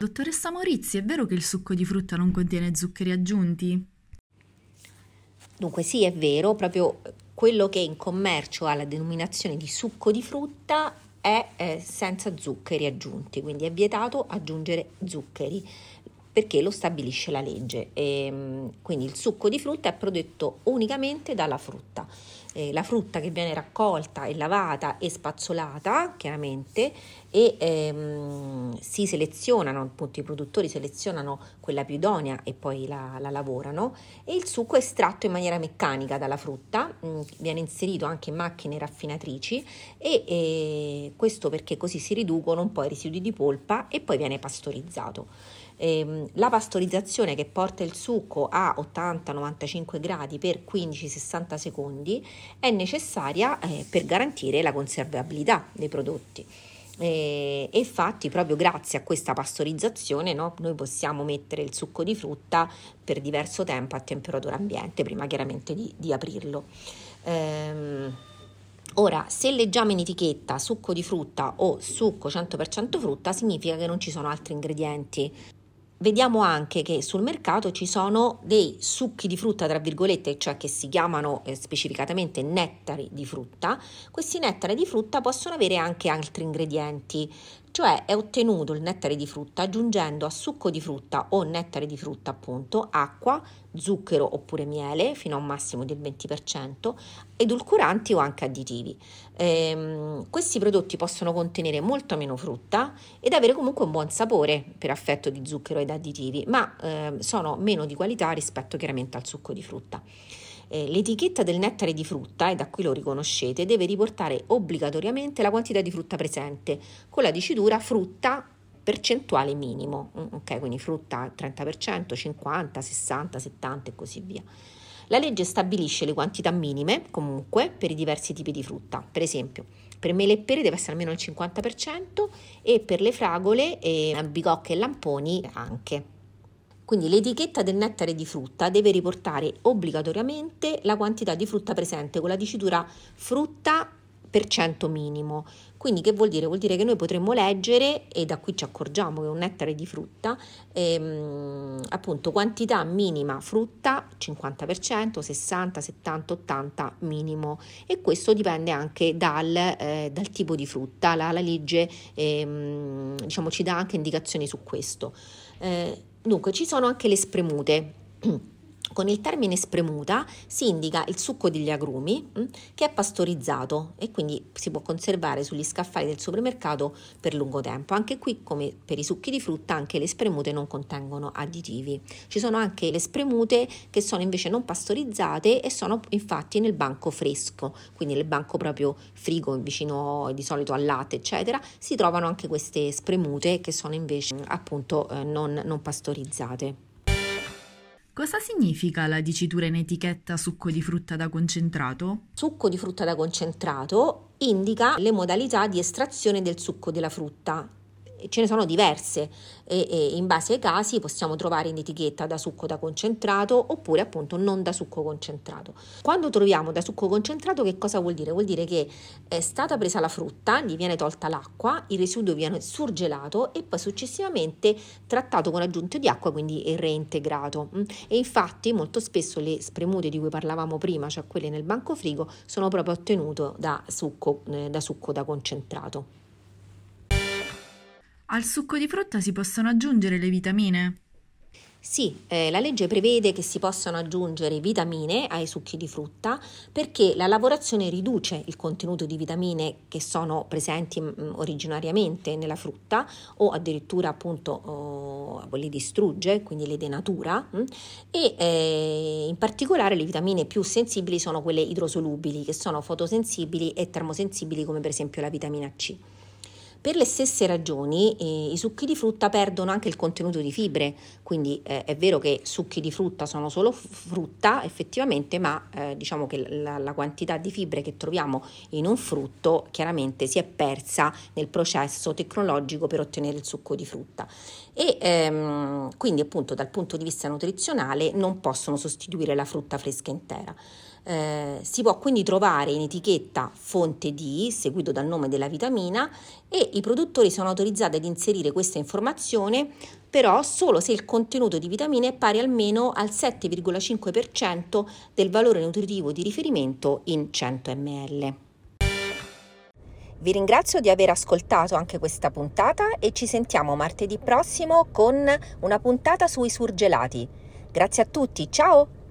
Dottoressa Maurizi, è vero che il succo di frutta non contiene zuccheri aggiunti? Dunque sì, è vero, proprio quello che in commercio ha la denominazione di succo di frutta è senza zuccheri aggiunti, quindi è vietato aggiungere zuccheri perché lo stabilisce la legge. Quindi il succo di frutta è prodotto unicamente dalla frutta. La frutta che viene raccolta e lavata e spazzolata chiaramente e si selezionano, appunto i produttori selezionano quella più idonea e poi la lavorano, e il succo è estratto in maniera meccanica dalla frutta, viene inserito anche in macchine raffinatrici e questo perché così si riducono un po' i residui di polpa e poi viene pastorizzato. La pastorizzazione che porta il succo a 80-95 gradi per 15-60 secondi è necessaria per garantire la conservabilità dei prodotti. E infatti proprio grazie a questa pastorizzazione, no, noi possiamo mettere il succo di frutta per diverso tempo a temperatura ambiente prima chiaramente di aprirlo. Ora, se leggiamo in etichetta succo di frutta o succo 100% frutta, significa che non ci sono altri ingredienti. Vediamo anche che sul mercato ci sono dei succhi di frutta, tra virgolette, cioè che si chiamano specificatamente nettari di frutta. Questi nettari di frutta possono avere anche altri ingredienti, cioè è ottenuto il nettare di frutta aggiungendo a succo di frutta o nettare di frutta appunto acqua, zucchero oppure miele fino a un massimo del 20%, edulcoranti o anche additivi. Questi prodotti possono contenere molto meno frutta ed avere comunque un buon sapore per effetto di zucchero ed additivi, ma sono meno di qualità rispetto chiaramente al succo di frutta. L'etichetta del nettare di frutta, e da qui lo riconoscete, deve riportare obbligatoriamente la quantità di frutta presente con la dicitura frutta percentuale minimo, ok? Quindi frutta 30%, 50, 60, 70 e così via. La legge stabilisce le quantità minime comunque per i diversi tipi di frutta. Per esempio, per mele e pere deve essere almeno il 50% e per le fragole, albicocche e lamponi anche. Quindi l'etichetta del nettare di frutta deve riportare obbligatoriamente la quantità di frutta presente con la dicitura frutta per cento minimo. Quindi che vuol dire? Vuol dire che noi potremmo leggere, e da qui ci accorgiamo che è un nettare di frutta, appunto quantità minima frutta 50%, 60, 70, 80 minimo, e questo dipende anche dal tipo di frutta. La legge diciamo ci dà anche indicazioni su questo. Dunque ci sono anche le spremute. Con il termine spremuta si indica il succo degli agrumi che è pastorizzato e quindi si può conservare sugli scaffali del supermercato per lungo tempo. Anche qui, come per i succhi di frutta, anche le spremute non contengono additivi. Ci sono anche le spremute che sono invece non pastorizzate e sono infatti nel banco fresco, quindi nel banco proprio frigo vicino di solito al latte eccetera, si trovano anche queste spremute che sono invece appunto non pastorizzate. Cosa significa la dicitura in etichetta succo di frutta da concentrato? Succo di frutta da concentrato indica le modalità di estrazione del succo della frutta. Ce ne sono diverse e in base ai casi possiamo trovare in etichetta da succo da concentrato oppure appunto non da succo concentrato. Quando troviamo da succo concentrato, che cosa vuol dire? Vuol dire che è stata presa la frutta, gli viene tolta l'acqua, il residuo viene surgelato e poi successivamente trattato con aggiunta di acqua, quindi reintegrato. E infatti molto spesso le spremute di cui parlavamo prima, cioè quelle nel banco frigo, sono proprio ottenute da succo da concentrato. Al succo di frutta si possono aggiungere le vitamine? Sì, la legge prevede che si possano aggiungere vitamine ai succhi di frutta perché la lavorazione riduce il contenuto di vitamine che sono presenti originariamente nella frutta o addirittura appunto le distrugge, quindi le denatura e in particolare le vitamine più sensibili sono quelle idrosolubili che sono fotosensibili e termosensibili come per esempio la vitamina C. Per le stesse ragioni i succhi di frutta perdono anche il contenuto di fibre, quindi è vero che succhi di frutta sono solo frutta effettivamente, ma diciamo che la quantità di fibre che troviamo in un frutto chiaramente si è persa nel processo tecnologico per ottenere il succo di frutta e quindi appunto dal punto di vista nutrizionale non possono sostituire la frutta fresca intera. Si può quindi trovare in etichetta fonte D, seguito dal nome della vitamina, e i produttori sono autorizzati ad inserire questa informazione però solo se il contenuto di vitamine è pari almeno al 7,5% del valore nutritivo di riferimento in 100 ml. Vi ringrazio di aver ascoltato anche questa puntata e ci sentiamo martedì prossimo con una puntata sui surgelati. Grazie a tutti, ciao!